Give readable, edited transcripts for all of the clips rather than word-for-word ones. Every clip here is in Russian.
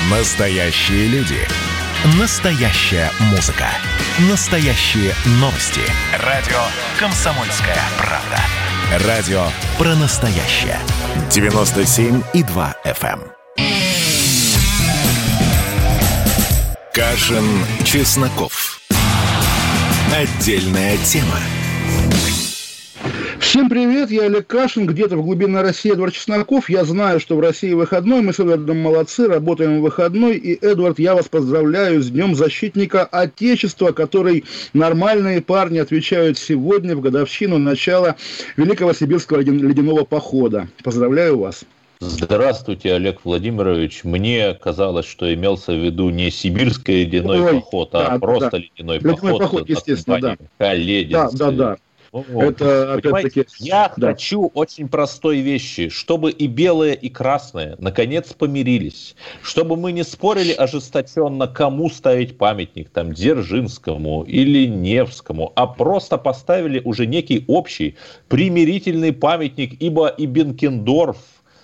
Настоящие люди. Настоящая музыка. Настоящие новости. Радио «Комсомольская правда». Радио про настоящее. 97,2 FM. Кашин, Чесноков. Отдельная тема. Всем привет, я Олег Кашин, где-то в глубине России Эдвард Чесноков. Я знаю, что в России выходной, мы с Эдвардом молодцы, работаем в выходной. И, Эдвард, я вас поздравляю с Днем Защитника Отечества, который нормальные парни отвечают сегодня в годовщину начала Великого Сибирского ледяного похода. Поздравляю вас. Здравствуйте, Олег Владимирович. Мне казалось, что имелся в виду не сибирский ледяной поход, а просто ледяной поход, естественно, да. Калединцы. Да. Это, опять-таки, я хочу очень простой вещи, чтобы и белые, и красные наконец помирились, чтобы мы не спорили ожесточенно, кому ставить памятник, там, Дзержинскому или Невскому, а просто поставили уже некий общий примирительный памятник, ибо и Бенкендорф,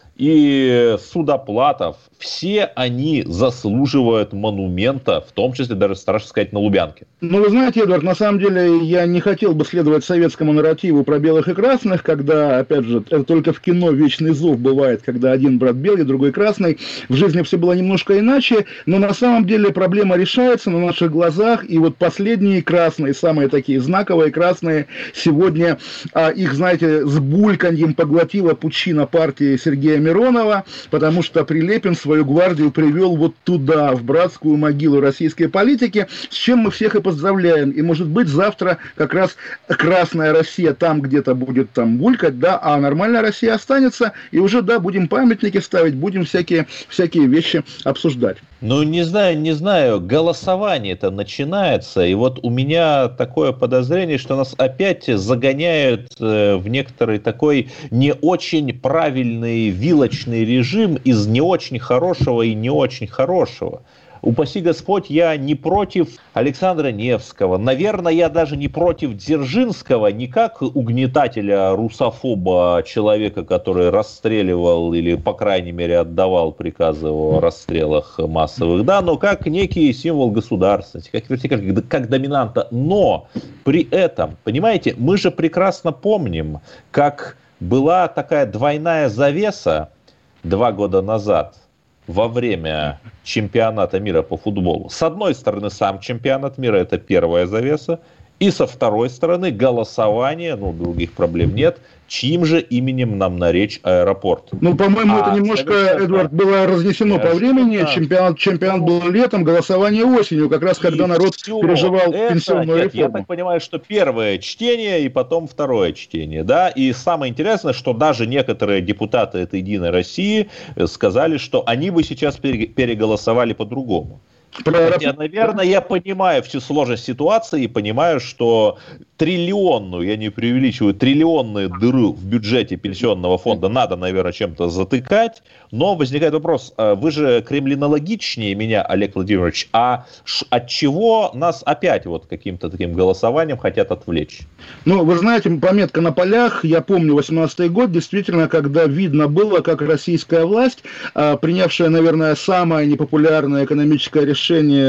и Судоплатов, все они заслуживают монумента, в том числе даже, страшно сказать, на Лубянке. Ну, вы знаете, Эдвард, на самом деле я не хотел бы следовать советскому нарративу про белых и красных, когда, опять же, это только в кино вечный зов бывает, когда один брат белый, другой красный. В жизни все было немножко иначе, но на самом деле проблема решается на наших глазах, и вот последние красные, самые такие знаковые красные, сегодня их, знаете, с бульканьем поглотила пучина партии Сергея Миронова, потому что Прилепин свою гвардию привел вот туда, в братскую могилу российской политики, с чем мы всех и поздравляем. И, может быть, завтра как раз Красная Россия там где-то будет там булькать, да, а нормальная Россия останется, и уже, да, будем памятники ставить, будем всякие вещи обсуждать. Ну, не знаю, голосование-то начинается, и вот у меня такое подозрение, что нас опять загоняют в некоторый такой не очень правильный вилочный режим из не очень хорошего и не очень хорошего. Упаси Господь, я не против Александра Невского. Наверное, я даже не против Дзержинского, не как угнетателя, русофоба, человека, который расстреливал или, по крайней мере, отдавал приказы о расстрелах массовых, да, но как некий символ государственности, как доминанта. Но при этом, понимаете, мы же прекрасно помним, как была такая двойная завеса 2 года назад, во время чемпионата мира по футболу. С одной стороны, сам чемпионат мира – это первая завеса, и со второй стороны голосование, других проблем нет, чьим же именем нам наречь аэропорт. Ну, по-моему, это немножко, Эдвард, было разнесено по времени. Чемпионат был летом, голосование осенью, как раз когда народ переживал пенсионную реформу. Я так понимаю, что первое чтение и потом второе чтение, да, и самое интересное, что даже некоторые депутаты от «Единой России» сказали, что они бы сейчас переголосовали по-другому. Хотя, наверное, я понимаю всю сложность ситуации и понимаю, что триллионную, я не преувеличиваю, триллионную дыру в бюджете пенсионного фонда надо, наверное, чем-то затыкать, но возникает вопрос, вы же кремлинологичнее меня, Олег Владимирович, а от чего нас опять вот каким-то таким голосованием хотят отвлечь? Ну, вы знаете, пометка на полях, я помню 18-й год, действительно, когда видно было, как российская власть, принявшая, наверное, самое непопулярное экономическое решение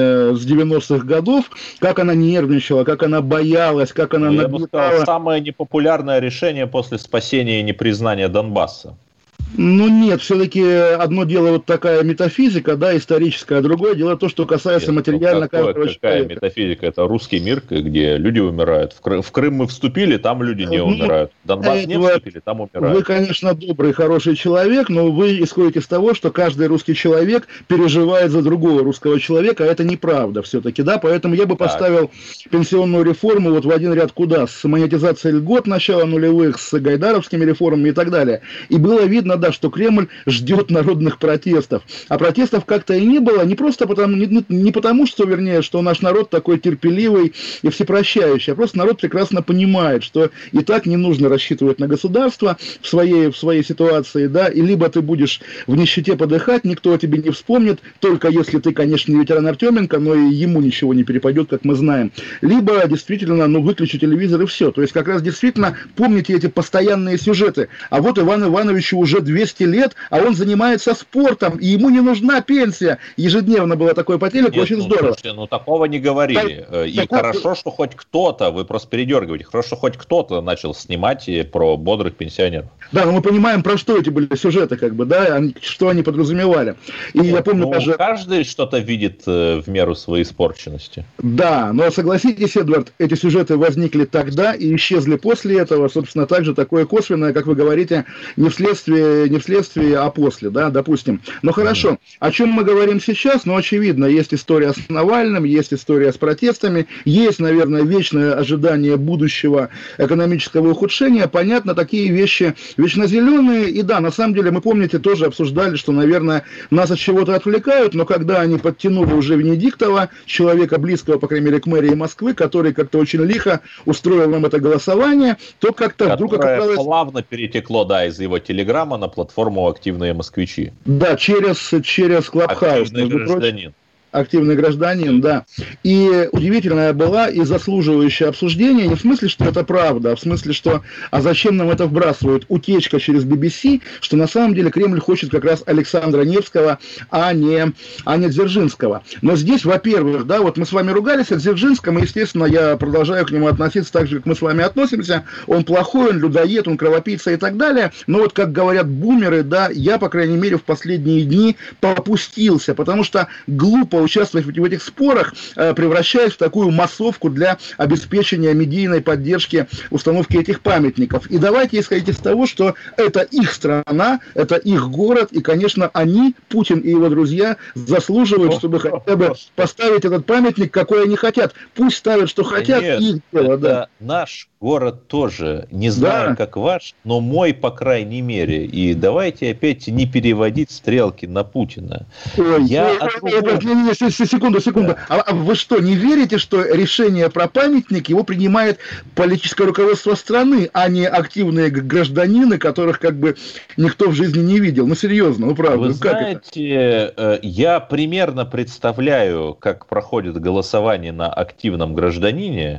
с 90-х годов, как она нервничала, как она боялась, как она нагнетала. Я бы сказал, самое непопулярное решение после спасения и непризнания Донбасса. Ну нет, все-таки одно дело вот такая метафизика, да, историческая, а другое дело то, что касается материально каждого человека. Какая метафизика? Это русский мир, где люди умирают. В Крым мы вступили, там люди не умирают. В Донбасс не вступили, там умирают. Вы, конечно, добрый, хороший человек, но вы исходите из того, что каждый русский человек переживает за другого русского человека, а это неправда все-таки, да, поэтому я бы поставил пенсионную реформу вот в один ряд куда? С монетизацией льгот начала нулевых, с гайдаровскими реформами и так далее. И было видно, да, что Кремль ждет народных протестов. А протестов как-то и не было, не просто потому, не потому, что, вернее, что наш народ такой терпеливый и всепрощающий, а просто народ прекрасно понимает, что и так не нужно рассчитывать на государство в своей ситуации, да, и либо ты будешь в нищете подыхать, никто о тебе не вспомнит, только если ты, конечно, не ветеран Артеменко, но и ему ничего не перепадет, как мы знаем. Либо действительно, выключи телевизор и все. То есть как раз действительно помните эти постоянные сюжеты. А вот Ивану Ивановичу уже 200 лет, а он занимается спортом, и ему не нужна пенсия. Ежедневно было такое по телеку, очень здорово. Слушайте, такого не говорили. И хорошо, что хоть кто-то, вы просто передергиваете, хорошо, что хоть кто-то начал снимать про бодрых пенсионеров. Да, но мы понимаем, про что эти были сюжеты, что они подразумевали. И я помню даже... Каждый что-то видит в меру своей испорченности. Да, но согласитесь, Эдвард, эти сюжеты возникли тогда и исчезли после этого. Собственно, также такое косвенное, как вы говорите, не вследствие, а после, да, допустим. Но хорошо, о чем мы говорим сейчас? Очевидно, есть история с Навальным, есть история с протестами, есть, наверное, вечное ожидание будущего экономического ухудшения. Понятно, такие вещи вечнозеленые. И да, на самом деле, мы, помните, тоже обсуждали, что, наверное, нас от чего-то отвлекают, но когда они подтянули уже Венедиктова, человека близкого, по крайней мере, к мэрии Москвы, который как-то очень лихо устроил нам это голосование, то как-то вдруг оказалось... плавно перетекло, да, из его телеграмма на платформу «Активные москвичи». Да, через Клабхаус. «Активный гражданин». Активный гражданин, да. И удивительная была и заслуживающая обсуждения, не в смысле, что это правда, а в смысле, что а зачем нам это вбрасывают? Утечка через BBC, что на самом деле Кремль хочет как раз Александра Невского, а не Дзержинского. Но здесь, во-первых, да, вот мы с вами ругались о Дзержинском, и, естественно, я продолжаю к нему относиться так же, как мы с вами относимся. Он плохой, он людоед, он кровопийца и так далее. Но вот, как говорят бумеры, да, я, по крайней мере, в последние дни попустился, потому что глупо участвовать в этих спорах, превращаясь в такую массовку для обеспечения медийной поддержки установки этих памятников. И давайте исходить из того, что это их страна, это их город, и, конечно, они, Путин и его друзья, заслуживают, чтобы хотя бы поставить этот памятник, какой они хотят. Пусть ставят, что хотят, нет, их дело. Это да. Наш город тоже, не знаю, да, как ваш, но мой, по крайней мере. И давайте опять не переводить стрелки на Путина. Ой, секунду. Да. А вы что, не верите, что решение про памятник его принимает политическое руководство страны, а не активные гражданины, которых как бы никто в жизни не видел? Ну, серьезно, правда. Вы знаете, я примерно представляю, как проходит голосование на активном гражданине,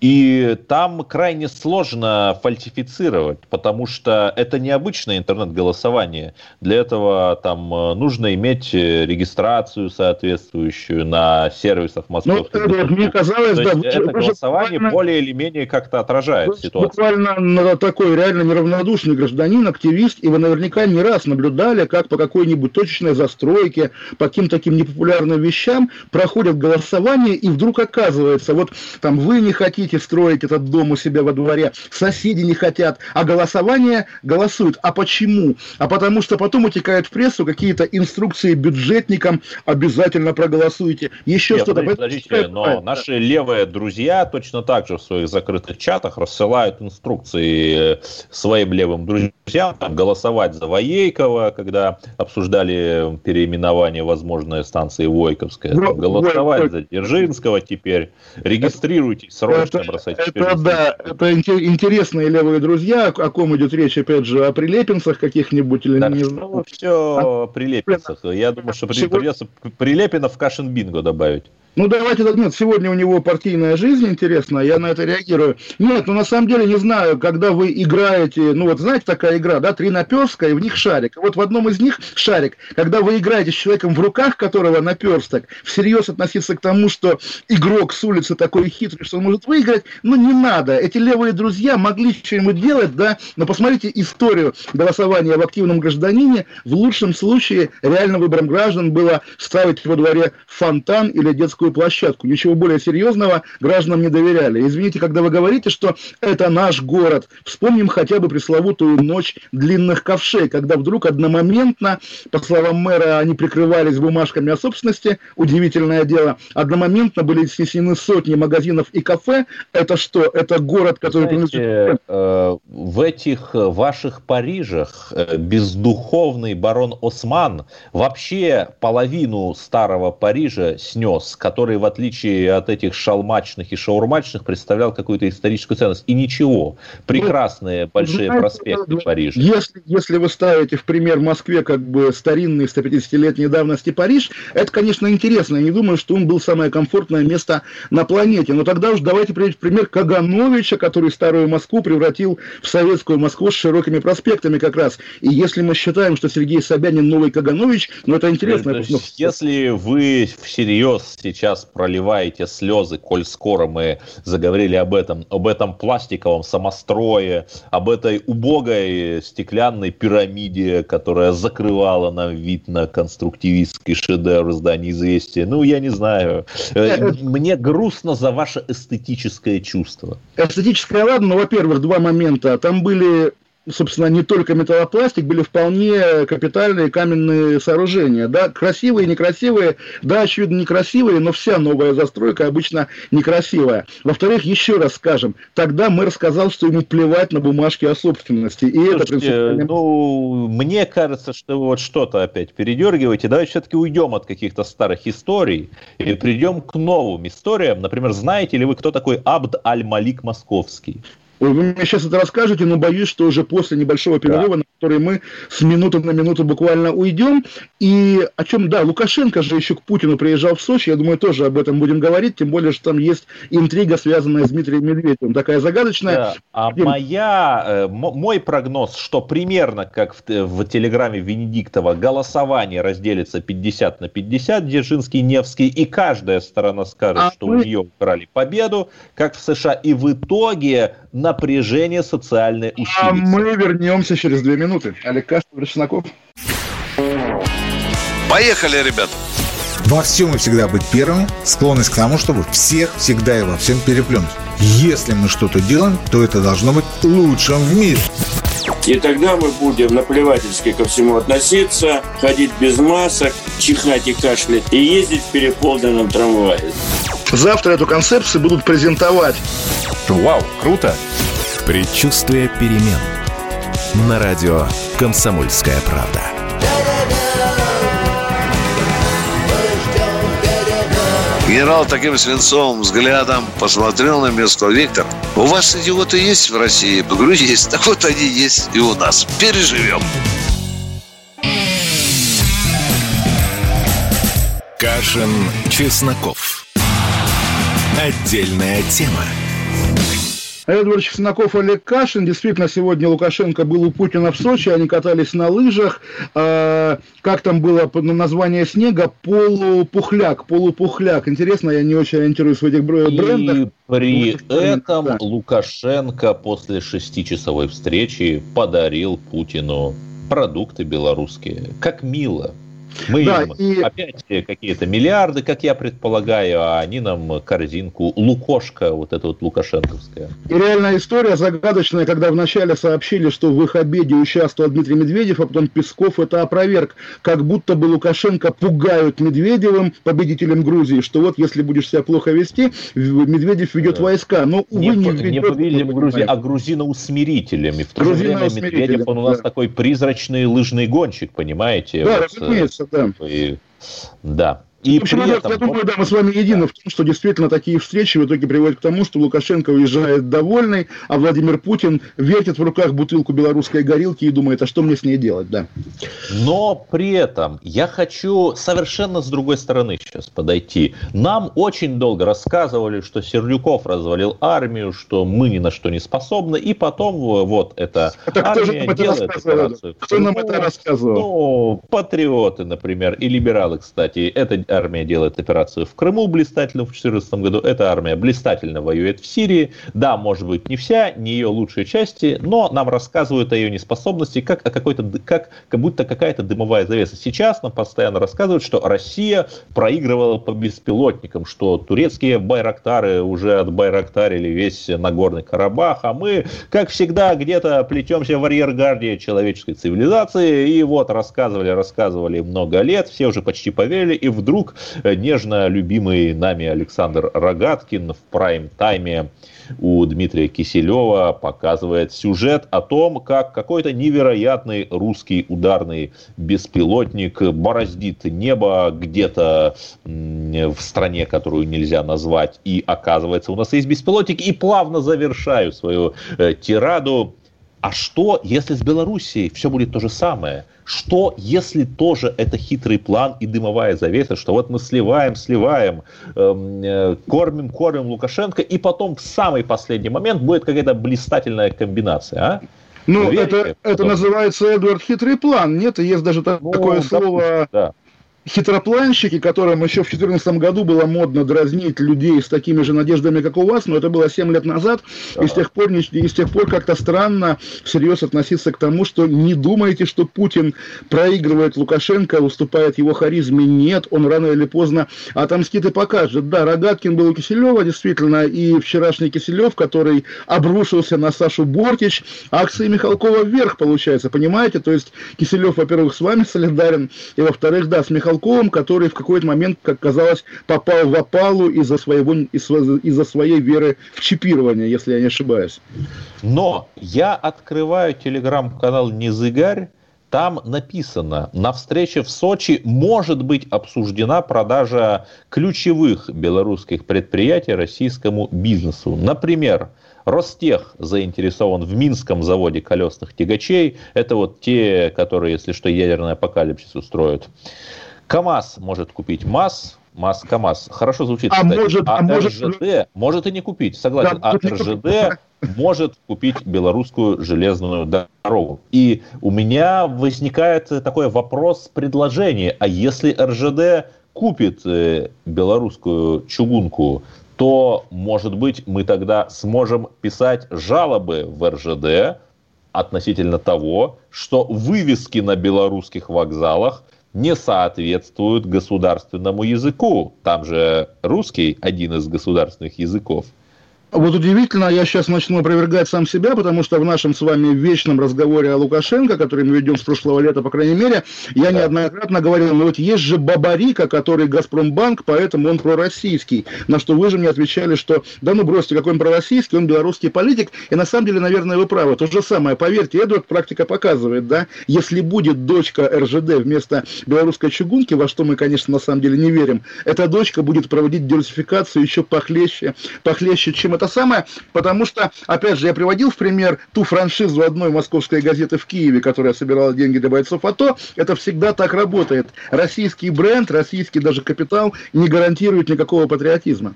и там крайне сложно фальсифицировать, потому что это необычное интернет-голосование. Для этого там нужно иметь регистрацию соответствующую на сервисах московских. Мне казалось, да. Это голосование более или менее как-то отражает ситуацию. Буквально такой реально неравнодушный гражданин, активист, и вы наверняка не раз наблюдали, как по какой-нибудь точечной застройке, по каким-то таким непопулярным вещам проходят голосование, и вдруг оказывается, вот там вы не хотите строить этот дом у себя во дворе, соседи не хотят, а голосование голосуют. А почему? А потому что потом утекают в прессу какие-то инструкции бюджетникам: обязательно проголосуйте. Еще что-то. Подождите, но наши левые друзья точно так же в своих закрытых чатах рассылают инструкции своим левым друзьям голосовать за Воейкова, когда обсуждали переименование возможной станции Войковская, голосовать за Дзержинского теперь, регистрируйтесь, срочно бросайте. Это интересные левые друзья, о ком идет речь, опять же, о прилепинцах каких-нибудь или не знаю. Все о прилепинцах. Я думаю, что придется Прилепина в Кашин-бинго добавить. Ну, давайте, нет, сегодня у него партийная жизнь интересная, я на это реагирую. Нет, на самом деле не знаю, когда вы играете, знаете, такая игра, да, 3 наперстка, и в них шарик. Вот в одном из них шарик, когда вы играете с человеком, в руках которого наперсток, всерьез относиться к тому, что игрок с улицы такой хитрый, что он может выиграть, не надо. Эти левые друзья могли что-нибудь делать, да, но посмотрите историю голосования в активном гражданине. В лучшем случае реально выбором граждан было ставить во дворе фонтан или детскую площадку. Ничего более серьезного гражданам не доверяли. Извините, когда вы говорите, что это наш город, вспомним хотя бы пресловутую ночь длинных ковшей, когда вдруг одномоментно, по словам мэра, они прикрывались бумажками о собственности, удивительное дело, одномоментно были снесены сотни магазинов и кафе. Это что? Это город, который... Знаете, в этих ваших Парижах бездуховный барон Осман вообще половину старого Парижа снес, который, в отличие от этих шалмачных и шаурмачных, представлял какую-то историческую ценность. И ничего. Прекрасные большие проспекты Парижа. Если вы ставите в пример Москве как бы старинный 150-летней давности Париж, это, конечно, интересно. Я не думаю, что он был самое комфортное место на планете. Но тогда уж давайте приведем в пример Кагановича, который старую Москву превратил в советскую Москву с широкими проспектами как раз. И если мы считаем, что Сергей Собянин новый Каганович, ну это интересно. Если вы всерьез сейчас проливаете слезы, коль скоро мы заговорили об этом пластиковом самострое, об этой убогой стеклянной пирамиде, которая закрывала нам вид на конструктивистский шедевр здания «Известия». Ну, я не знаю. Мне грустно за ваше эстетическое чувство. Эстетическое, ладно, но, во-первых, два момента. Там были, собственно, не только металлопластик, были вполне капитальные каменные сооружения, да, красивые, некрасивые, да, очевидно, некрасивые, но вся новая застройка обычно некрасивая. Во-вторых, еще раз скажем, тогда мэр сказал, что ему плевать на бумажки о собственности, и слушайте, это... Ну, мне кажется, что вы вот что-то опять передергиваете, давайте все-таки уйдем от каких-то старых историй и придем к новым историям. Например, знаете ли вы, кто такой Абд аль-Малик Московский? Вы мне сейчас это расскажете, но боюсь, что уже после небольшого перерыва, на который мы с минуты на минуту буквально уйдем. И о чем, да, Лукашенко же еще к Путину приезжал в Сочи, я думаю, тоже об этом будем говорить, тем более, что там есть интрига, связанная с Дмитрием Медведевым, такая загадочная. Да. А мой прогноз, что примерно как в телеграмме Венедиктова голосование разделится 50 на 50, Дзержинский, Невский, и каждая сторона скажет, что у нее украли победу, как в США, и в итоге напряжение социальное усилится. А мы вернемся через 2 минуты. Олег Кашин, Шестаков. Поехали, ребят! Во всем и всегда быть первыми, склонность к тому, чтобы всех, всегда и во всем переплюнуть. Если мы что-то делаем, то это должно быть лучшим в мире. И тогда мы будем наплевательски ко всему относиться, ходить без масок, чихать и кашлять и ездить в переполненном трамвае. Завтра эту концепцию будут презентовать. Вау, круто! Предчувствие перемен. На радио «Комсомольская правда». Генерал таким свинцовым взглядом посмотрел на меня и сказал: Виктор, у вас идиоты есть в России? Я говорю, есть. Так вот они есть и у нас. Переживем. Кашин, Чесноков. Отдельная тема. Эдвард Чесноков, Олег Кашин. Действительно, сегодня Лукашенко был у Путина в Сочи, они катались на лыжах. Как там было название снега? Полупухляк. Интересно, я не очень ориентируюсь в этих брендах. И при этом Лукашенко после 6-часовой встречи подарил Путину продукты белорусские. Как мило. Мы им опять какие-то миллиарды, как я предполагаю, а они нам корзинку лукошка, вот эта вот лукашенковская. И реальная история загадочная, когда вначале сообщили, что в их обеде участвовал Дмитрий Медведев, а потом Песков это опроверг. Как будто бы Лукашенко пугают Медведевым, победителем Грузии, что вот если будешь себя плохо вести, Медведев ведет войска. Но, увы, не победителем Грузии, а грузиноусмирителем. И в то же время Медведев, он у нас такой призрачный лыжный гонщик, понимаете? Да, разумеется. Да. И в общем, я думаю, да, мы с вами едины в том, что действительно такие встречи в итоге приводят к тому, что Лукашенко уезжает довольный, а Владимир Путин вертит в руках бутылку белорусской горилки и думает, а что мне с ней делать, да. Но при этом я хочу совершенно с другой стороны сейчас подойти. Нам очень долго рассказывали, что Сердюков развалил армию, что мы ни на что не способны, и потом вот эта армия делает операцию. Кто нам это рассказывал? Ну, патриоты, например, и либералы, кстати, это армия делает операцию в Крыму блистательно в 2014 году. Эта армия блистательно воюет в Сирии. Да, может быть, не вся, не ее лучшие части, но нам рассказывают о ее неспособности, как будто какая-то дымовая завеса. Сейчас нам постоянно рассказывают, что Россия проигрывала по беспилотникам, что турецкие байрактары уже отбайрактарили весь Нагорный Карабах, а мы, как всегда, где-то плетемся в арьергарде человеческой цивилизации. И вот рассказывали много лет, все уже почти поверили, и вдруг нежно любимый нами Александр Рогаткин в прайм-тайме у Дмитрия Киселева показывает сюжет о том, как какой-то невероятный русский ударный беспилотник бороздит небо где-то в стране, которую нельзя назвать, и оказывается, у нас есть беспилотник, и плавно завершаю свою тираду. А что, если с Белоруссией все будет то же самое? Что, если тоже это хитрый план и дымовая завеса, что вот мы сливаем, кормим Лукашенко, и потом в самый последний момент будет какая-то блистательная комбинация, а? Ну, это называется, Эдвард, хитрый план, нет? И есть даже такое слово... Да. Хитропланщики, которым еще в 2014 году было модно дразнить людей с такими же надеждами, как у вас, но это было 7 лет назад, и с тех пор как-то странно всерьез относиться к тому, что не думайте, что Путин проигрывает Лукашенко, уступает его харизме. Нет, он рано или поздно отомстит и покажет. Да, Рогаткин был у Киселева, действительно, и вчерашний Киселев, который обрушился на Сашу Бортич, акции Михалкова вверх, получается, понимаете? То есть Киселев, во-первых, с вами солидарен, и во-вторых, да, с Михалковым, который в какой-то момент, как казалось, попал в опалу из-за своей веры в чипирование, если я не ошибаюсь. Но я открываю телеграм-канал «Незыгарь», там написано: на встрече в Сочи может быть обсуждена продажа ключевых белорусских предприятий российскому бизнесу. Например, Ростех заинтересован в Минском заводе колесных тягачей. Это вот те, которые, если что, ядерный апокалипсис устроят. КАМАЗ может купить МАЗ, КАМАЗ. Хорошо звучит, кстати. РЖД может и не купить, согласен. Да, РЖД может купить белорусскую железную дорогу. И у меня возникает такой вопрос-предложение. А если РЖД купит белорусскую чугунку, то, может быть, мы тогда сможем писать жалобы в РЖД относительно того, что вывески на белорусских вокзалах не соответствуют государственному языку. Там же русский один из государственных языков. Вот удивительно, я сейчас начну опровергать сам себя, потому что в нашем с вами вечном разговоре о Лукашенко, который мы ведем с прошлого лета, по крайней мере, я неоднократно говорил, ну вот есть же Бабарика, который Газпромбанк, поэтому он пророссийский. На что вы же мне отвечали, что да ну бросьте, какой он пророссийский, он белорусский политик. И на самом деле, наверное, вы правы. То же самое, поверьте, Эдвард, практика показывает, да, если будет дочка РЖД вместо белорусской чугунки, во что мы, конечно, на самом деле не верим, эта дочка будет проводить диверсификацию еще похлеще, чем это самое, потому что, опять же, я приводил в пример ту франшизу одной московской газеты в Киеве, которая собирала деньги для бойцов АТО. Это всегда так работает. Российский бренд, российский даже капитал не гарантирует никакого патриотизма.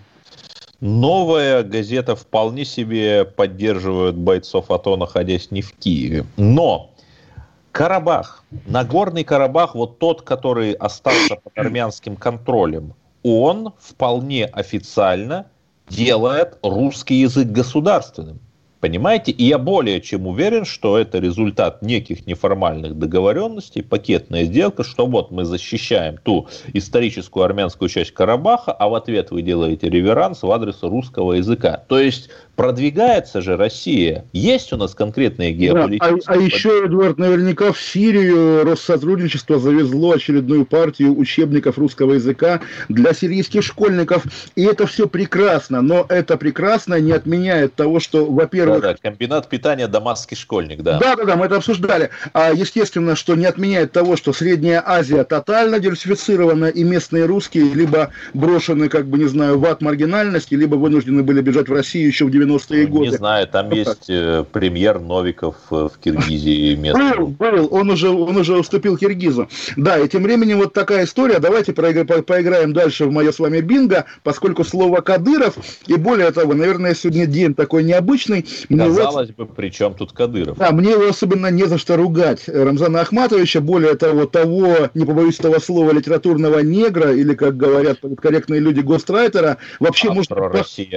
Новая газета вполне себе поддерживает бойцов АТО, находясь не в Киеве. Но Карабах, Нагорный Карабах, вот тот, который остался под армянским контролем, он вполне официально делает русский язык государственным. Понимаете? И я более чем уверен, что это результат неких неформальных договоренностей, пакетная сделка, что вот мы защищаем ту историческую армянскую часть Карабаха, а в ответ вы делаете реверанс в адрес русского языка. То есть продвигается же Россия. Есть у нас конкретные геополитические... Да, а еще, Эдуард, наверняка в Сирию Россотрудничество завезло очередную партию учебников русского языка для сирийских школьников. И это все прекрасно. Но это прекрасно не отменяет того, что, во-первых... Да, комбинат питания «Дамасский школьник», да. Да, мы это обсуждали. Естественно, что не отменяет того, что Средняя Азия тотально диверсифицирована, и местные русские либо брошены, как бы, не знаю, в ад маргинальности, либо вынуждены были бежать в Россию еще в 90-е годы. Не знаю, там есть премьер Новиков в Киргизии. Был, он уже уступил киргизу. Да, и тем временем вот такая история. Давайте поиграем дальше в мое с вами бинго, поскольку слово «Кадыров», и более того, наверное, сегодня день такой необычный. Казалось бы, при чем тут Кадыров? Да, мне его особенно не за что ругать, Рамзана Ахматовича, более того, не побоюсь этого слова, литературного негра, или, как говорят корректные люди, гострайтера, вообще можно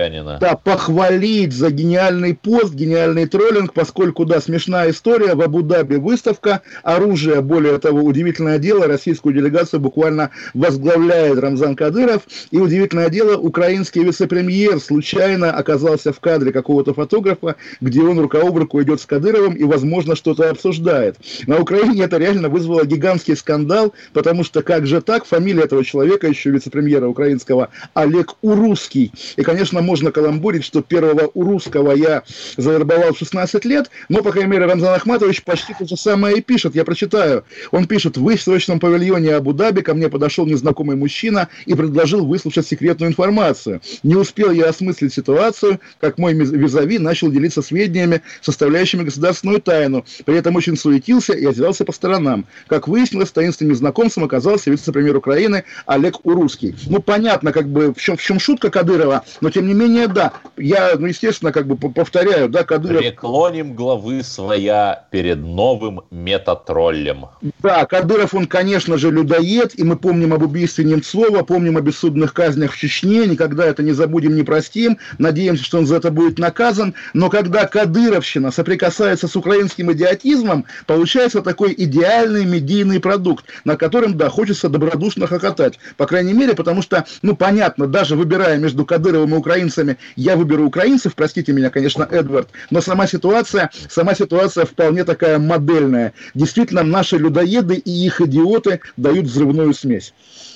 похвалить за гениальный пост, гениальный троллинг, поскольку, да, смешная история, в Абу-Даби выставка оружия, более того, удивительное дело, российскую делегацию буквально возглавляет Рамзан Кадыров, и удивительное дело, украинский вице-премьер случайно оказался в кадре какого-то фотографа, телеграфа, где он рука об руку идет с Кадыровым и, возможно, что-то обсуждает. На Украине это реально вызвало гигантский скандал, потому что как же так, фамилия этого человека, еще вице-премьера украинского, Олег Урусский. И, конечно, можно каламбурить, что первого Урусского я завербовал в 16 лет, но, по крайней мере, Рамзан Ахматович почти то же самое и пишет. Я прочитаю. Он пишет: в выставочном павильоне Абу-Даби ко мне подошел незнакомый мужчина и предложил выслушать секретную информацию. Не успел я осмыслить ситуацию, как мой визави начал делиться сведениями, составляющими государственную тайну. При этом очень суетился и озирался по сторонам. Как выяснилось, таинственным знакомцем оказался вице-премьер Украины Олег Урусский. Ну, понятно, как бы, в чем шутка Кадырова, но, тем не менее, да, я, естественно, как бы повторяю, да, Кадыров... Преклоним главы своя перед новым метатроллем. Да, Кадыров, он, конечно же, людоед, и мы помним об убийстве Немцова, помним о бессудных казнях в Чечне, никогда это не забудем, не простим, надеемся, что он за это будет наказан, но когда кадыровщина соприкасается с украинским идиотизмом, получается такой идеальный медийный продукт, на котором, да, хочется добродушно хохотать, по крайней мере, потому что, ну, понятно, даже выбирая между Кадыровым и украинцами, я выберу украинцев, простите меня, конечно, Эдвард, но сама ситуация вполне такая модельная. Действительно, наши людоеды и их идиоты дают взрывную смесь.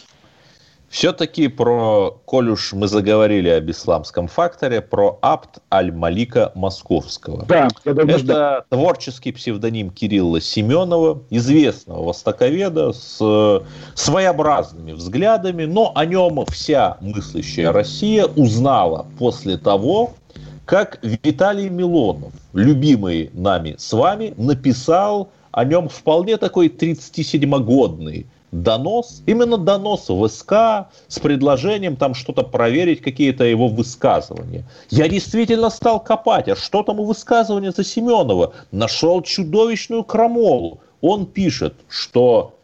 Все-таки коль уж мы заговорили об исламском факторе, про Абд аль-Малика Московского. Да, это творческий псевдоним Кирилла Семенова, известного востоковеда с своеобразными взглядами, но о нем вся мыслящая Россия узнала после того, как Виталий Милонов, любимый нами с вами, написал о нем вполне такой 37-годный донос, именно донос в СК с предложением там что-то проверить, какие-то его высказывания. Я действительно стал копать, а что там у высказывания за Семенова? Нашел чудовищную крамолу. Он пишет, что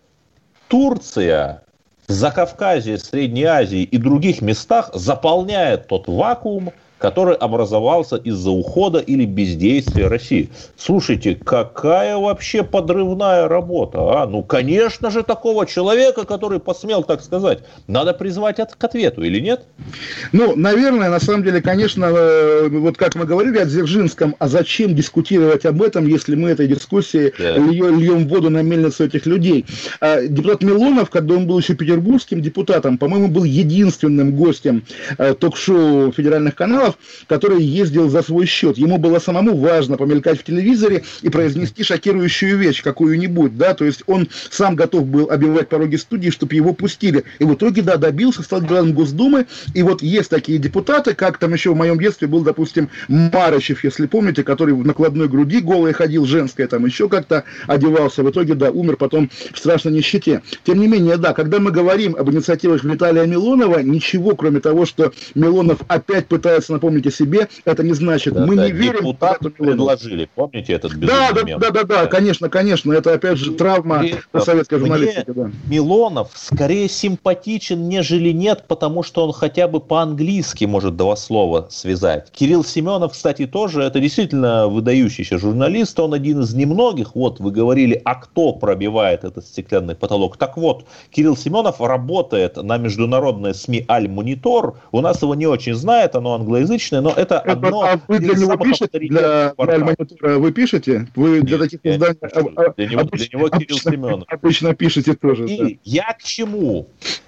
Турция в Закавказье, Средней Азии и других местах заполняет тот вакуум, который образовался из-за ухода или бездействия России. Слушайте, какая вообще подрывная работа, а? Ну, конечно же, такого человека, который посмел так сказать, надо призвать к ответу, или нет? Ну, наверное, на самом деле, конечно, вот как мы говорили о Дзержинском, а зачем дискутировать об этом, если мы этой дискуссии льем воду на мельницу этих людей? Депутат Милонов, когда он был еще петербургским депутатом, по-моему, был единственным гостем ток-шоу федеральных каналов, который ездил за свой счет. Ему было самому важно помелькать в телевизоре и произнести шокирующую вещь какую-нибудь, да, то есть он сам готов был обивать пороги студии, чтобы его пустили. И в итоге, да, добился, стал депутатом Госдумы. И вот есть такие депутаты, как там еще в моем детстве был, допустим, Марычев, если помните, который в накладной груди голый ходил, женское там еще как-то одевался. В итоге, да, умер потом в страшной нищете. Тем не менее, да, когда мы говорим об инициативах Виталия Милонова, ничего, кроме того, что Милонов опять пытается напомнить о себе, это не значит, мы не верим. Депутаты предложили, помните этот безумный мем? Да, конечно, это опять же травма советской журналистики. Да. Милонов скорее симпатичен, нежели нет, потому что он хотя бы по-английски может два слова связать. Кирилл Семенов, кстати, тоже, это действительно выдающийся журналист, он один из немногих, вот вы говорили, а кто пробивает этот стеклянный потолок? Так вот, Кирилл Семенов работает на международной СМИ «Аль-Монитор», у нас его не очень знает, оно англоязычное, но это одно... А вы для него пишете? Для Аль-Монитора вы пишете? Вы для таких изданий... Для него Кирилл Семенов. Обычно пишете тоже. И я к чему?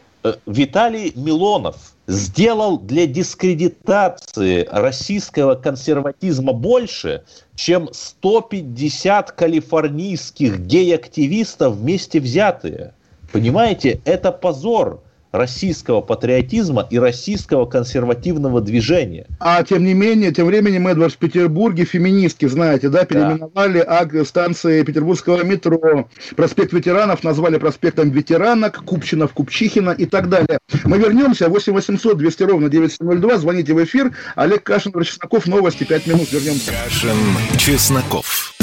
Виталий Милонов сделал для дискредитации российского консерватизма больше, чем 150 калифорнийских гей-активистов вместе взятые. Понимаете, это позор российского патриотизма и российского консервативного движения. А тем не менее, тем временем, Эдвард, в Петербурге феминистки, знаете, да, переименовали станции петербургского метро. Проспект ветеранов назвали проспектом ветеранок, Купчинов, Купчихина и так далее. Мы вернемся. 8 800 200 ровно 9702. Звоните в эфир. Олег Кашин, Чесноков. Новости. 5 минут. Вернемся. Кашин, Чесноков.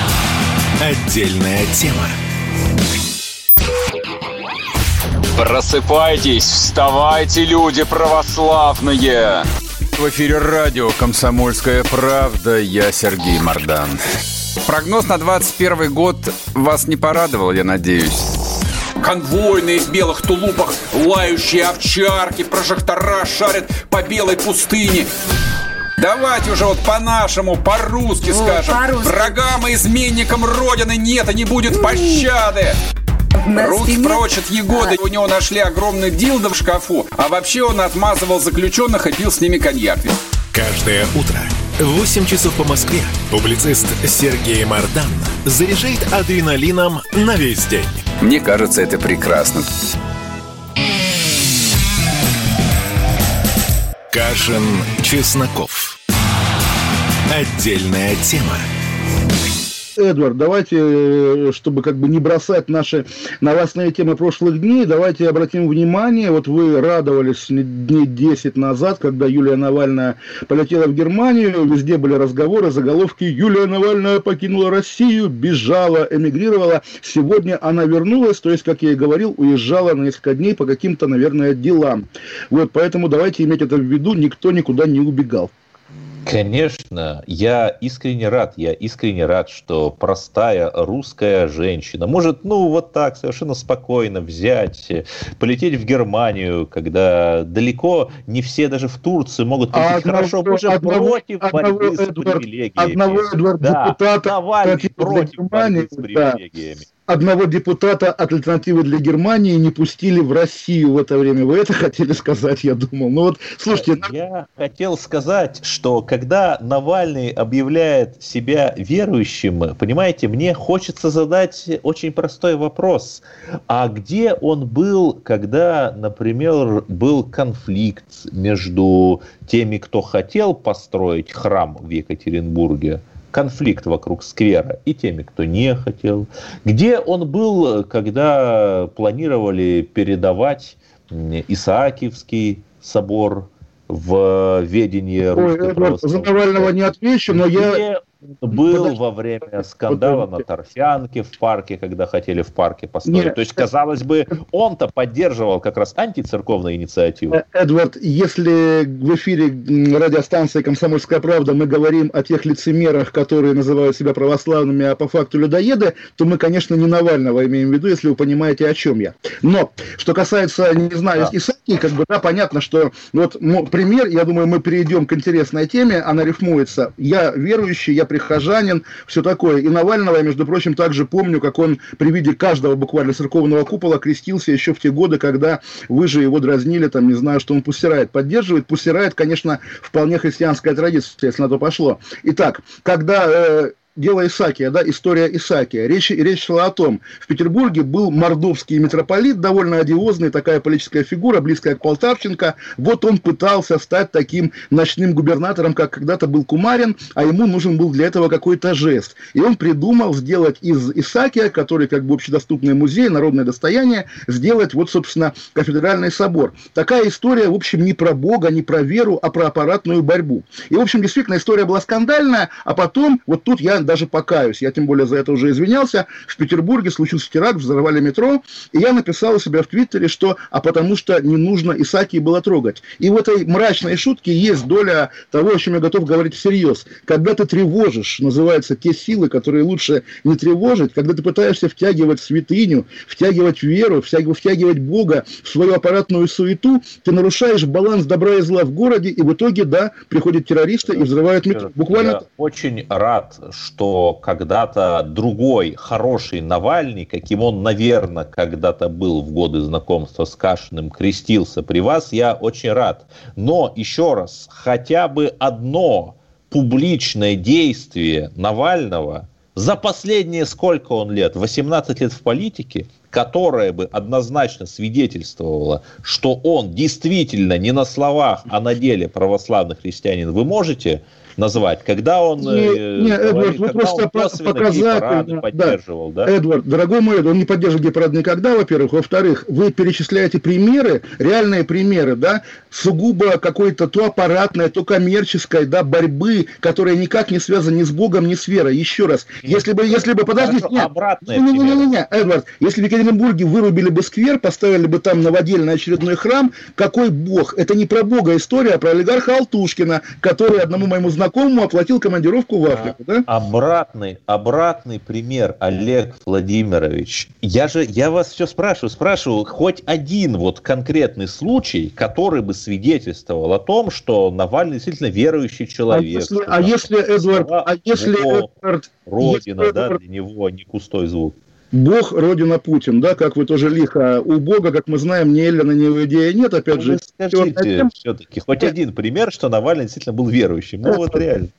Отдельная тема. Просыпайтесь, вставайте, люди православные! В эфире радио «Комсомольская правда». Я Сергей Мордан. Прогноз на 21 год вас не порадовал, я надеюсь. Конвойные в белых тулупах, лающие овчарки, прожектора шарят по белой пустыне. Давайте уже вот по-нашему, по-русски скажем. По-русски. Врагам и изменникам Родины нет и не будет пощады. Руки прочь от Егоды. У него нашли огромный дилдо в шкафу. А вообще он отмазывал заключенных и пил с ними коньяк. Каждое утро в 8 часов по Москве публицист Сергей Мардан заряжает адреналином на весь день. Мне кажется, это прекрасно. Кашин, Чесноков. Отдельная тема. Эдвард, давайте, чтобы как бы не бросать наши новостные темы прошлых дней, давайте обратим внимание, вот вы радовались дней 10 назад, когда Юлия Навальная полетела в Германию, везде были разговоры, заголовки: Юлия Навальная покинула Россию, бежала, эмигрировала, сегодня она вернулась, то есть, как я и говорил, уезжала на несколько дней по каким-то, наверное, делам. Вот, поэтому давайте иметь это в виду, никто никуда не убегал. Конечно, я искренне рад, что простая русская женщина может, вот так, совершенно спокойно взять, полететь в Германию, когда далеко не все даже в Турцию могут полететь. Хорошо, мы же против борьбы с привилегиями. Одного депутата Навальный против борьбы с привилегиями. Одного депутата от «Альтернативы для Германии» не пустили в Россию в это время. Вы это хотели сказать, я думал. Слушайте... Я хотел сказать, что когда Навальный объявляет себя верующим, понимаете, мне хочется задать очень простой вопрос. А где он был, когда, например, был конфликт между теми, кто хотел построить храм в Екатеринбурге, конфликт вокруг сквера, и теми, кто не хотел? Где он был, когда планировали передавать Исаакиевский собор в ведение Русской Православной? За Навального не отвечу, но я... Был во время скандала на Торфянке в парке, когда хотели в парке построить. Нет. То есть, казалось бы, он-то поддерживал как раз антицерковную инициативу. Эдвард, если в эфире радиостанции «Комсомольская правда» мы говорим о тех лицемерах, которые называют себя православными, а по факту людоеды, то мы, конечно, не Навального имеем в виду, если вы понимаете, о чем я. Но, что касается, не знаю, Исаакии, понятно, что пример, я думаю, мы перейдем к интересной теме, она рифмуется. Я верующий, я прихожанин, все такое. И Навального я, между прочим, также помню, как он при виде каждого буквально церковного купола крестился еще в те годы, когда вы же его дразнили, не знаю, что он пустирает. Поддерживает, пустирает, конечно, вполне христианская традиция, если на то пошло. Итак, когда... Дело Исаакия, история Исаакия. Речь шла о том, в Петербурге был мордовский митрополит, довольно одиозный, такая политическая фигура, близкая к Полтавченко. Вот он пытался стать таким ночным губернатором, как когда-то был Кумарин, а ему нужен был для этого какой-то жест. И он придумал сделать из Исаакия, который общедоступный музей, народное достояние, сделать, собственно, кафедральный собор. Такая история, в общем, не про Бога, не про веру, а про аппаратную борьбу. И, в общем, действительно, история была скандальная, а потом, тут я даже покаюсь, я тем более за это уже извинялся, в Петербурге случился теракт, взорвали метро, и я написал у себя в Твиттере, что потому что не нужно Исаакии было трогать. И в этой мрачной шутке есть доля того, о чем я готов говорить всерьез. Когда ты тревожишь, называется, те силы, которые лучше не тревожить, когда ты пытаешься втягивать святыню, втягивать веру, втягивать Бога в свою аппаратную суету, ты нарушаешь баланс добра и зла в городе, и в итоге, приходят террористы и взрывают метро. Буквально... Я очень рад, что когда-то другой, хороший Навальный, каким он, наверное, когда-то был в годы знакомства с Кашиным, крестился при вас, я очень рад. Но, еще раз, хотя бы одно публичное действие Навального за последние сколько он лет, 18 лет в политике, которое бы однозначно свидетельствовало, что он действительно не на словах, а на деле православный христианин, вы можете назвать, когда он Эдвард, вы просто показали, поддерживал, да? Эдвард, дорогой мой, он не поддерживал гей-парад никогда, во-первых. Во-вторых, вы перечисляете примеры, реальные примеры, сугубо какой-то то аппаратной, то коммерческой, борьбы, которая никак не связана ни с Богом, ни с верой. Еще раз, если бы, подождите, Эдвард, если бы Екатеринбурге вырубили бы сквер, поставили бы там новодельный очередной храм. Какой бог? Это не про бога история, а про олигарха Алтушкина, который одному моему знакомому оплатил командировку в Африку. Да? Обратный пример, Олег Владимирович. Я вас все спрашиваю, хоть один вот конкретный случай, который бы свидетельствовал о том, что Навальный действительно верующий человек. Если Эдвард... Родина, да, для него не пустой звук. Бог, Родина, Путин, да, как вы тоже лихо. У Бога, как мы знаем, ни Эллина, ни Иудея нет, опять же. Скажите все-таки хоть один пример, что Навальный действительно был верующим. Ну вот реально.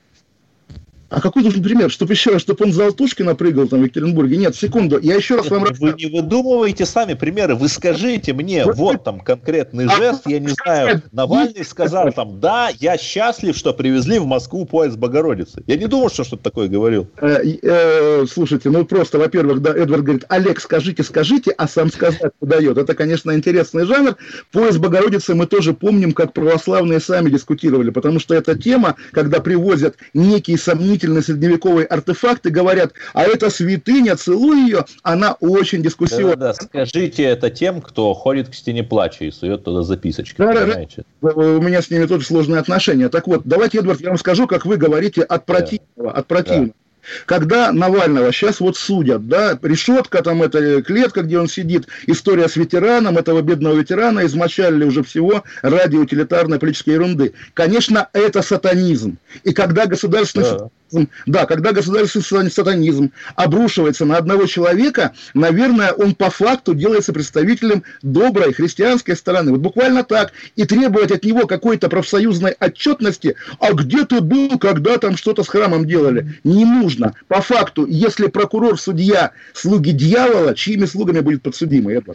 А какой нужен пример? Чтобы еще раз, чтобы он за Алтушкина прыгал там в Екатеринбурге? Нет, секунду, я еще раз вам расскажу. Вы не выдумываете сами примеры, вы скажите мне, вот там конкретный жест, я не знаю, Навальный сказал там, да, я счастлив, что привезли в Москву поезд Богородицы. Я не думал, что что-то такое говорил. Слушайте, ну просто, во-первых, да, Эдвард говорит, Олег, скажите, а сам сказать подает. Это, конечно, интересный жанр. Поезд Богородицы мы тоже помним, как православные сами дискутировали, потому что эта тема, когда привозят некий сомнительный средневековые артефакты, говорят, а это святыня, целуй ее, она очень дискуссионная. Да, скажите это тем, кто ходит к стене плача и сует туда записочки. Да, у меня с ними тоже сложные отношения. Так вот, давайте, Эдвард, я вам скажу, как вы говорите, от противного. Да. Когда Навального сейчас вот судят, да, решетка, там эта клетка, где он сидит, история с ветераном, этого бедного ветерана измочалили уже всего ради утилитарной политической ерунды. Конечно, это сатанизм. И когда государственный когда государственный сатанизм обрушивается на одного человека, наверное, он по факту делается представителем доброй христианской стороны. Вот буквально так. И требовать от него какой-то профсоюзной отчетности, а где ты был, когда там что-то с храмом делали, не нужно. По факту, если прокурор, судья, слуги дьявола, чьими слугами будет подсудимый, Эдвард?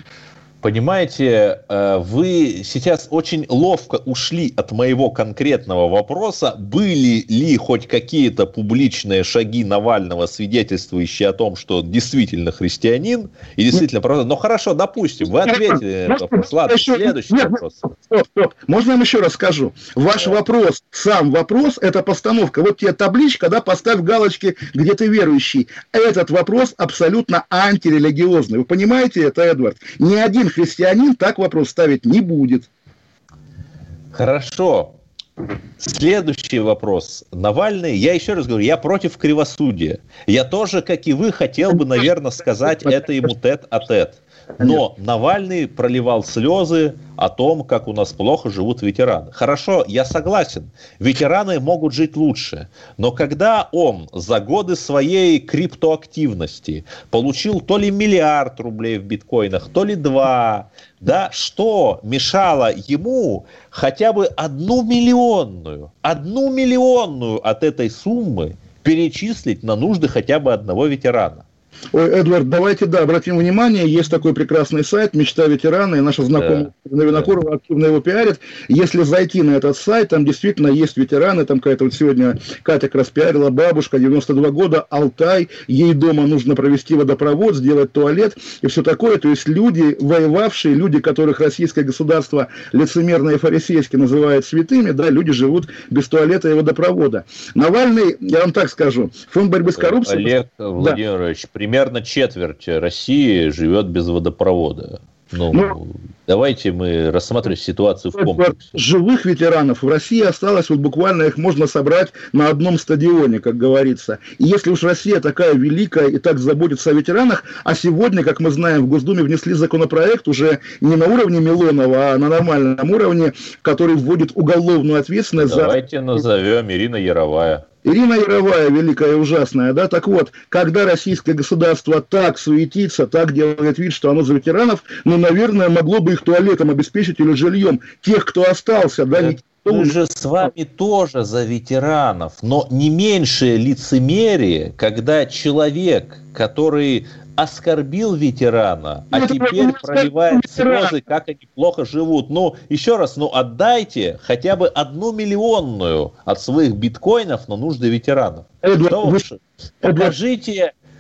Понимаете, вы сейчас очень ловко ушли от моего конкретного вопроса, были ли хоть какие-то публичные шаги Навального, свидетельствующие о том, что он действительно христианин и действительно правда. Но хорошо, допустим, вы ответили на этот вопрос. Ладно, следующий вопрос. Стоп. Можно я вам еще раз скажу? Ваш вопрос, сам вопрос, это постановка. Вот тебе табличка, да, поставь галочки, где ты верующий. Этот вопрос абсолютно антирелигиозный. Вы понимаете это, Эдвард? Ни один христианин так вопрос ставить не будет. Хорошо. Следующий вопрос. Навальный, я еще раз говорю, я против кривосудия. Я тоже, как и вы, хотел бы, наверное, сказать это ему тет-а-тет. Но Навальный проливал слезы о том, как у нас плохо живут ветераны. Хорошо, я согласен, ветераны могут жить лучше. Но когда он за годы своей криптоактивности получил то ли 1 миллиард рублей в биткоинах, то ли 2, да, что мешало ему хотя бы 1 миллионную от этой суммы перечислить на нужды хотя бы одного ветерана? Ой, Эдвард, давайте, обратим внимание, есть такой прекрасный сайт «Мечта ветерана», и наша знакомая Винокурова активно его пиарит. Если зайти на этот сайт, там действительно есть ветераны, там какая-то вот сегодня Катя как раз пиарила, бабушка, 92 года, Алтай, ей дома нужно провести водопровод, сделать туалет и все такое. То есть люди, воевавшие, люди, которых российское государство лицемерно и фарисейски называет святыми, да, люди живут без туалета и водопровода. Навальный, я вам так скажу, фонд борьбы с коррупцией... Олег Владимирович, примерно четверть России живет без водопровода. Давайте мы рассмотрим ситуацию в комплексе. Живых ветеранов в России осталось, вот буквально их можно собрать на одном стадионе, как говорится. И если уж Россия такая великая и так заботится о ветеранах, а сегодня, как мы знаем, в Госдуме внесли законопроект уже не на уровне Милонова, а на нормальном уровне, который вводит уголовную ответственность Давайте назовем Ирина Яровая. Ирина Яровая, великая и ужасная, да, так вот, когда российское государство так суетится, так делает вид, что оно за ветеранов, наверное, могло бы их туалетом обеспечить или жильем тех, кто остался, да, Мы же с вами тоже за ветеранов, но не меньшее лицемерие, когда человек, который оскорбил ветерана, а теперь проливает слезы, как они плохо живут. Еще раз, отдайте хотя бы 1 миллионную от своих биткоинов на нужды ветеранов. Покажите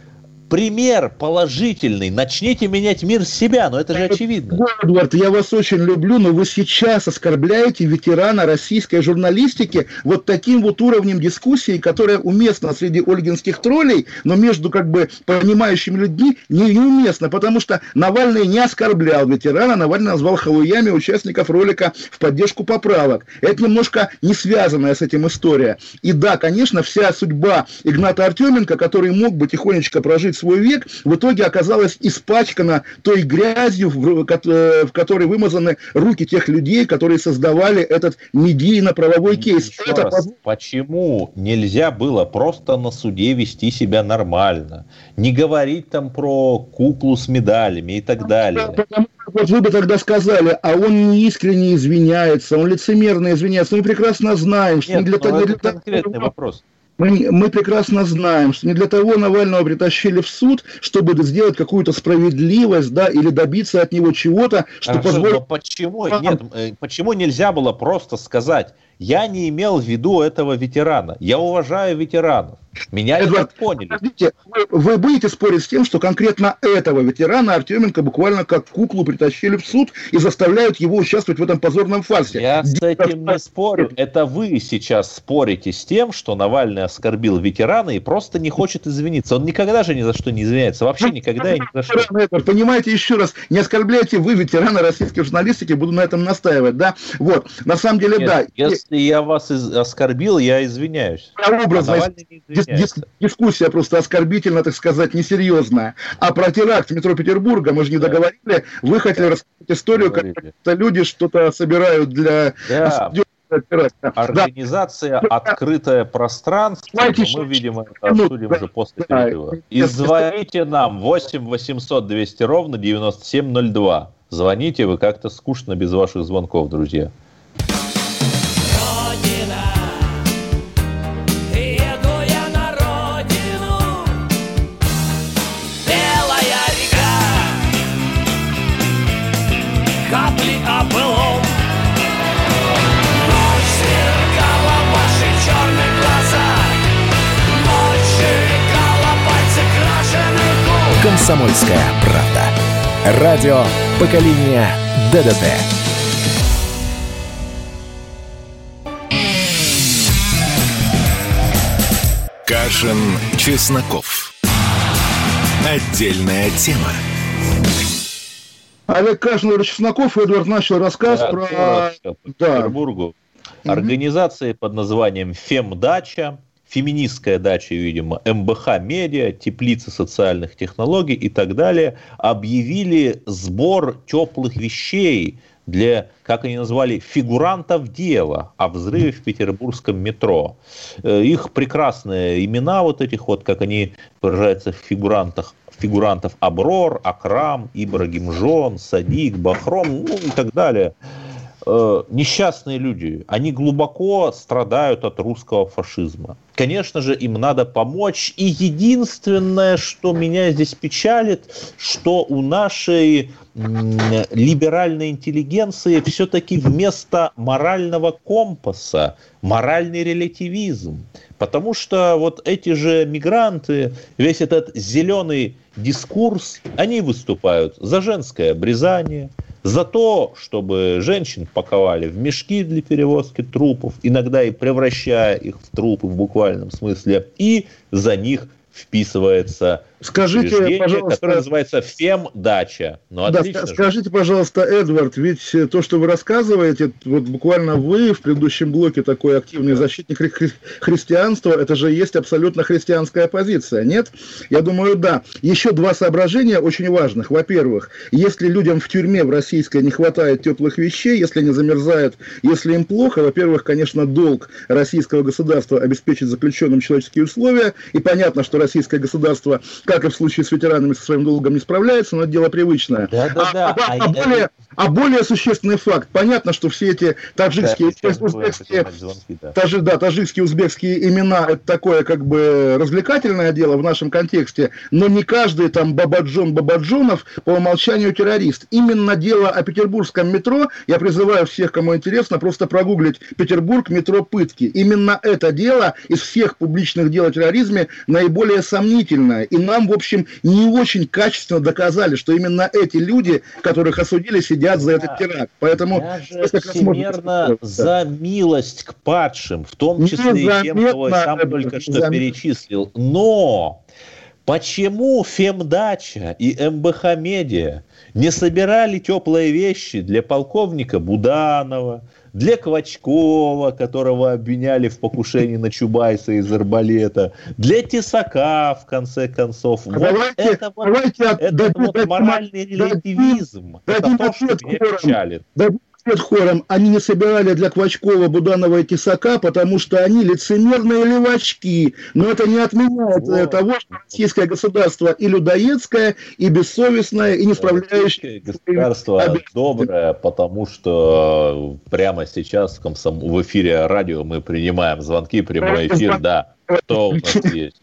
пример положительный. Начните менять мир с себя, но это же очевидно. Эдвард, я вас очень люблю, но вы сейчас оскорбляете ветерана российской журналистики вот таким вот уровнем дискуссии, которая уместна среди ольгинских троллей, но между как бы понимающими людьми неуместна, потому что Навальный не оскорблял ветерана, Навальный назвал халуями участников ролика в поддержку поправок. Это немножко не связанная с этим история. И да, конечно, вся судьба Игната Артеменко, который мог бы тихонечко прожить свой век, в итоге оказалась испачкана той грязью, в которой вымазаны руки тех людей, которые создавали этот медийно-правовой кейс. Почему нельзя было просто на суде вести себя нормально? Не говорить там про куклу с медалями и так далее. Потому что вы бы тогда сказали, а он не искренне извиняется, он лицемерно извиняется. Мы прекрасно знаем, что Нет, не для того... Это конкретный вопрос. Мы прекрасно знаем, что не для того Навального притащили в суд, чтобы сделать какую-то справедливость, да, или добиться от него чего-то, что позволит... Почему нельзя было просто сказать: я не имел в виду этого ветерана, я уважаю ветеранов? Меня Эдвард, поняли. Подождите, вы будете спорить с тем, что конкретно этого ветерана Артеменко буквально как куклу притащили в суд и заставляют его участвовать в этом позорном фарсе? Я с этим не спорю. Это вы сейчас спорите с тем, что Навальный оскорбил ветерана и просто не хочет извиниться. Он никогда же ни за что не извиняется. Вообще никогда и ни за что. Эдвард, понимаете, еще раз, не оскорбляйте вы ветерана российской журналистики, буду на этом настаивать, да? Вот, на самом деле, нет, да. Если я вас оскорбил, я извиняюсь. Дискуссия просто оскорбительно, так сказать, несерьезная. А про теракт в метро Петербурга мы же не договорили. Вы хотели рассказать историю, как люди что-то собирают для... Организация «Открытое пространство». Мы, видимо, это обсудим уже после перерыва. И звоните нам 8 800 200 ровно 9702. Звоните, вы как-то скучно без ваших звонков, друзья. «Комсомольская правда». Радио поколения ДДТ. Кашин, Чесноков. Отдельная тема. Олег Кашин, Чесноков, Эдвард начал рассказ про... Петербургу. Организации под названием «Фемдача», феминистская дача, видимо, МБХ Медиа, теплицы социальных технологий и так далее, объявили сбор теплых вещей для, как они назвали, фигурантов дела о взрыве в петербургском метро. Их прекрасные имена вот этих вот, как они выражаются, фигурантов Аброр, Акрам, Ибрагимжон, Садик, Бахром, ну и так далее. Несчастные люди, они глубоко страдают от русского фашизма. Конечно же, им надо помочь. И единственное, что меня здесь печалит, что у нашей либеральной интеллигенции все-таки вместо морального компаса моральный релятивизм. Потому что вот эти же мигранты, весь этот зеленый дискурс, они выступают за женское обрезание, за то, чтобы женщин паковали в мешки для перевозки трупов, иногда и превращая их в трупы в буквальном смысле, и за них вписывается учреждение, которое называется «Фемдача». Ну, да, скажите, пожалуйста, Эдвард, ведь то, что вы рассказываете, вот буквально вы в предыдущем блоке такой активный защитник христианства, это же есть абсолютно христианская позиция, нет? Я думаю, да. Еще два соображения очень важных. Во-первых, если людям в тюрьме в российской не хватает теплых вещей, если они замерзают, если им плохо, во-первых, конечно, долг российского государства обеспечить заключенным человеческие условия, и понятно, что российское государство, как и в случае с ветеранами, со своим долгом не справляется, но это дело привычное. А более существенный факт. Понятно, что все эти таджикские, узбекские, таджикские, узбекские имена, это такое как бы развлекательное дело в нашем контексте, но не каждый там Бабаджонов по умолчанию террорист. Именно дело о петербургском метро, я призываю всех, кому интересно, просто прогуглить Петербург, метро пытки. Именно это дело из всех публичных дел о терроризме наиболее сомнительное. И нам, в общем, не очень качественно доказали, что именно эти люди, которых осудили, сидят за этот теракт. Поэтому даже всемерно за милость к падшим, в том числе и тем, кого я сам только что перечислил. Но почему Фемдача и МБХ Медиа не собирали теплые вещи для полковника Буданова, для Квачкова, которого обвиняли в покушении на Чубайса из арбалета, для Тесака, в конце концов. Это моральный релятивизм. Это то, что меня печалит. Хором, они не собирали для Квачкова, Буданова и Тесака, потому что они лицемерные левачки. Но это не отменяет того, что российское государство и людоедское, и бессовестное, и не справляющее. Государство доброе, потому что прямо сейчас в эфире радио мы принимаем звонки, прямой эфир, да. Кто у нас есть?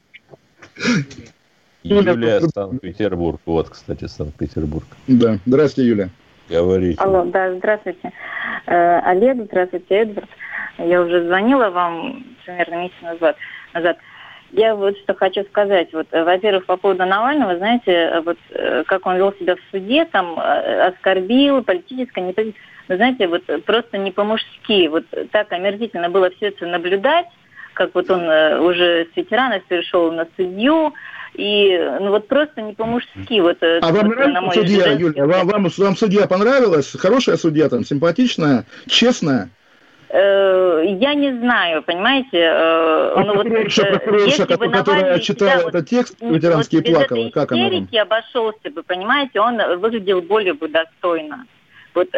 Юлия, Санкт-Петербург. Вот, кстати, Санкт-Петербург. Да, здравствуйте, Юлия. Говорите. Алло, да, здравствуйте. Олег, здравствуйте, Эдвард. Я уже звонила вам примерно месяц назад. Я вот что хочу сказать. Вот, во-первых, по поводу Навального, знаете, вот как он вел себя в суде, там оскорбил, политическое, не политическое. Вы знаете, вот просто не по-мужски. Вот так омерзительно было все это наблюдать, как вот он уже с ветеранов перешел на судью. И ну вот просто не по-мужски. Вот, а вам нравится судья, Юля? Вам судья понравилась? Хорошая судья там, симпатичная, честная? Я не знаю, понимаете. Прокурорша, которая читала этот текст ветеранский, и плакала, как она вам? Обошелся бы, понимаете, он выглядел более бы достойно. Вот,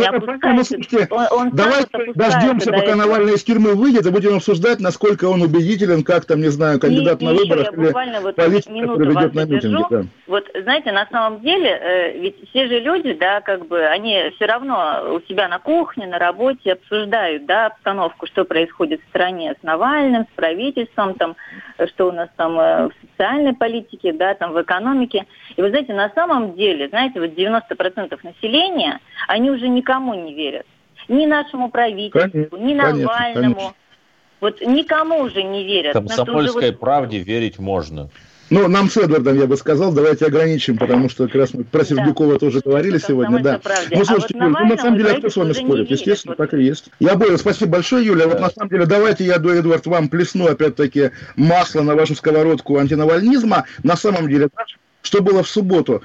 давайте дождемся, пока Навальный из тюрьмы выйдет, и будем обсуждать, насколько он убедителен, как там, не знаю, кандидат на выборах или политик, который ведет на митинге. Да. Вот, знаете, на самом деле, ведь все же люди, да, как бы, они все равно у себя на кухне, на работе обсуждают, да, обстановку, что происходит в стране с Навальным, с правительством, там, что у нас там в социальной политике, да, там в экономике. И вы знаете, на самом деле, знаете, вот 90% населения, они уже никому не верят. Ни нашему правительству, ни Навальному. Конечно. Вот никому уже не верят. Комсомольской правде верить можно. Ну, нам с Эдвардом, я бы сказал, давайте ограничим, потому что как раз мы про Сердюкова тоже говорили сегодня. Да. Ну, слушайте, Юля, на самом деле, кто с вами спорит? Естественно, так и есть. Я понял, спасибо большое, Юля. Вот на самом деле, давайте я, Эдвард, вам плесну, опять-таки, масло на вашу сковородку антинавальнизма. На самом деле, что было в субботу?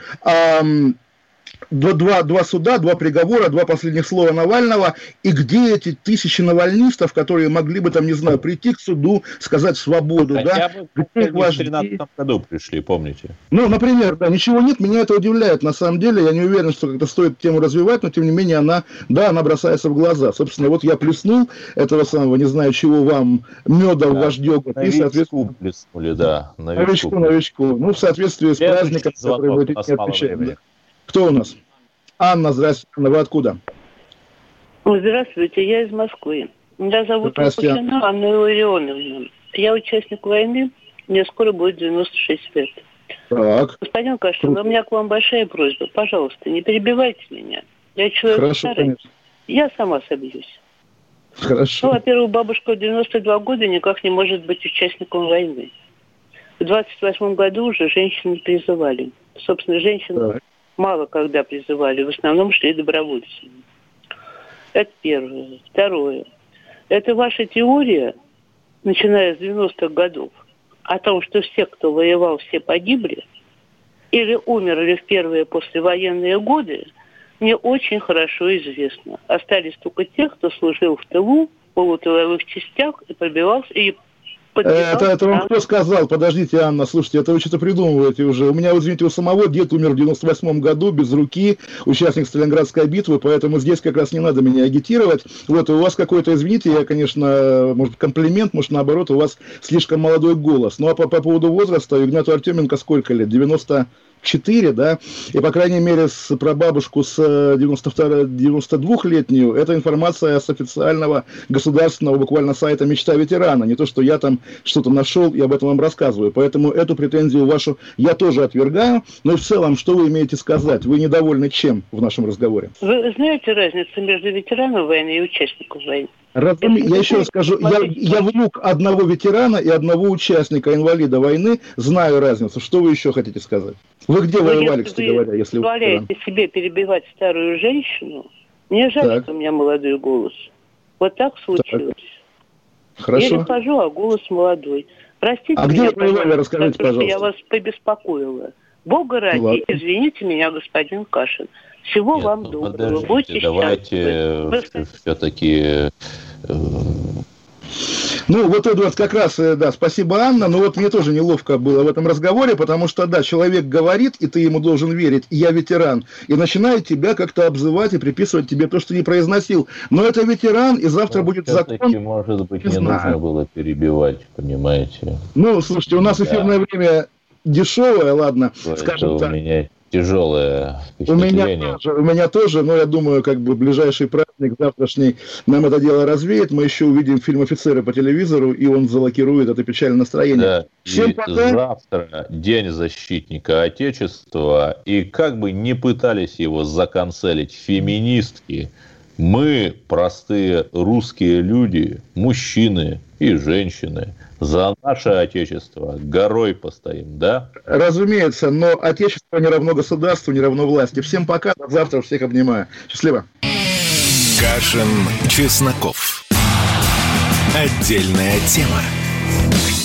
Два суда, два приговора, два последних слова Навального, и где эти тысячи навальнистов, которые могли бы, там, не знаю, прийти к суду, сказать свободу, хотя бы в 2013 году пришли, помните? Ну, например, да, ничего нет, меня это удивляет, на самом деле, я не уверен, что как-то стоит тему развивать, но, тем не менее, она бросается в глаза. Собственно, вот я плеснул этого самого, не знаю, чего вам, меда в ваш дёготь, и, соответственно... плеснули, да, новичку. Ну, в соответствии с праздником, который вы не отвечаете. Кто у нас? Анна, здравствуйте. Анна, вы откуда? Здравствуйте, я из Москвы. Меня зовут Лукашина Анна Илларионовна. Я участник войны, мне скоро будет 96 лет. Так. Господин Кашин, у меня к вам большая просьба. Пожалуйста, не перебивайте меня. Я человек старый. Я сама собьюсь. Хорошо. Ну, во-первых, бабушка в 92 года никак не может быть участником войны. В 28 году уже женщины призывали. Собственно, женщины мало когда призывали, в основном шли добровольцами. Это первое. Второе. Это ваша теория, начиная с 90-х годов, о том, что все, кто воевал, все погибли, или умерли в первые послевоенные годы, мне очень хорошо известно. Остались только те, кто служил в тылу, в полутыловых частях и пробивался, и это вам кто сказал? Подождите, Анна, слушайте, это вы что-то придумываете уже. У меня, вот, извините, у самого дед умер в 98 году, без руки, участник Сталинградской битвы, поэтому здесь как раз не надо меня агитировать. Вот, у вас какой-то, извините, я, конечно, может, комплимент, может, наоборот, у вас слишком молодой голос. Ну, а по поводу возраста, Игнату Артеменко сколько лет? 95, 4, да, и, по крайней мере, с прабабушку с 92-летнюю, это информация с официального государственного буквально сайта «Мечта ветерана», не то, что я там что-то нашел и об этом вам рассказываю. Поэтому эту претензию вашу я тоже отвергаю, но и в целом, что вы имеете сказать? Вы недовольны чем в нашем разговоре? Вы знаете разницу между ветераном войны и участником войны? Я еще раз скажу, я внук одного ветерана и одного участника, инвалида войны, знаю разницу. Что вы еще хотите сказать? Вы где воевали, кстати говоря, если вы позволяете себе перебивать старую женщину, мне жаль, что у меня молодой голос. Вот так случилось. Хорошо. Я не хожу, а голос молодой. Простите меня, где вы воевали, расскажите, пожалуйста. Я вас побеспокоила. Бога ради, извините меня, господин Кашин. Всего вам доброго. Будьте давайте все-таки... Ну, вот, Эдвард, как раз, да, спасибо, Анна, но вот мне тоже неловко было в этом разговоре, потому что, да, человек говорит, и ты ему должен верить, и я ветеран, и начинает тебя как-то обзывать и приписывать тебе то, что не произносил. Но это ветеран, и завтра будет закон. Может быть, не нужно было перебивать, понимаете? Ну, слушайте, у нас эфирное время дешевое, ладно, скажем так. У меня тяжелое впечатление. У меня тоже, но я думаю, как бы ближайший праздник завтрашний нам это дело развеет. Мы еще увидим фильм «Офицеры» по телевизору, и он залокирует это печальное настроение. Да, всем пока. Завтра День защитника Отечества, и как бы не пытались его заканцелить феминистки, мы, простые русские люди, мужчины и женщины, за наше Отечество горой постоим, да? Разумеется, но Отечество не равно государству, не равно власти. Всем пока, до завтра, всех обнимаю. Счастливо. Кашин, Чесноков. Отдельная тема.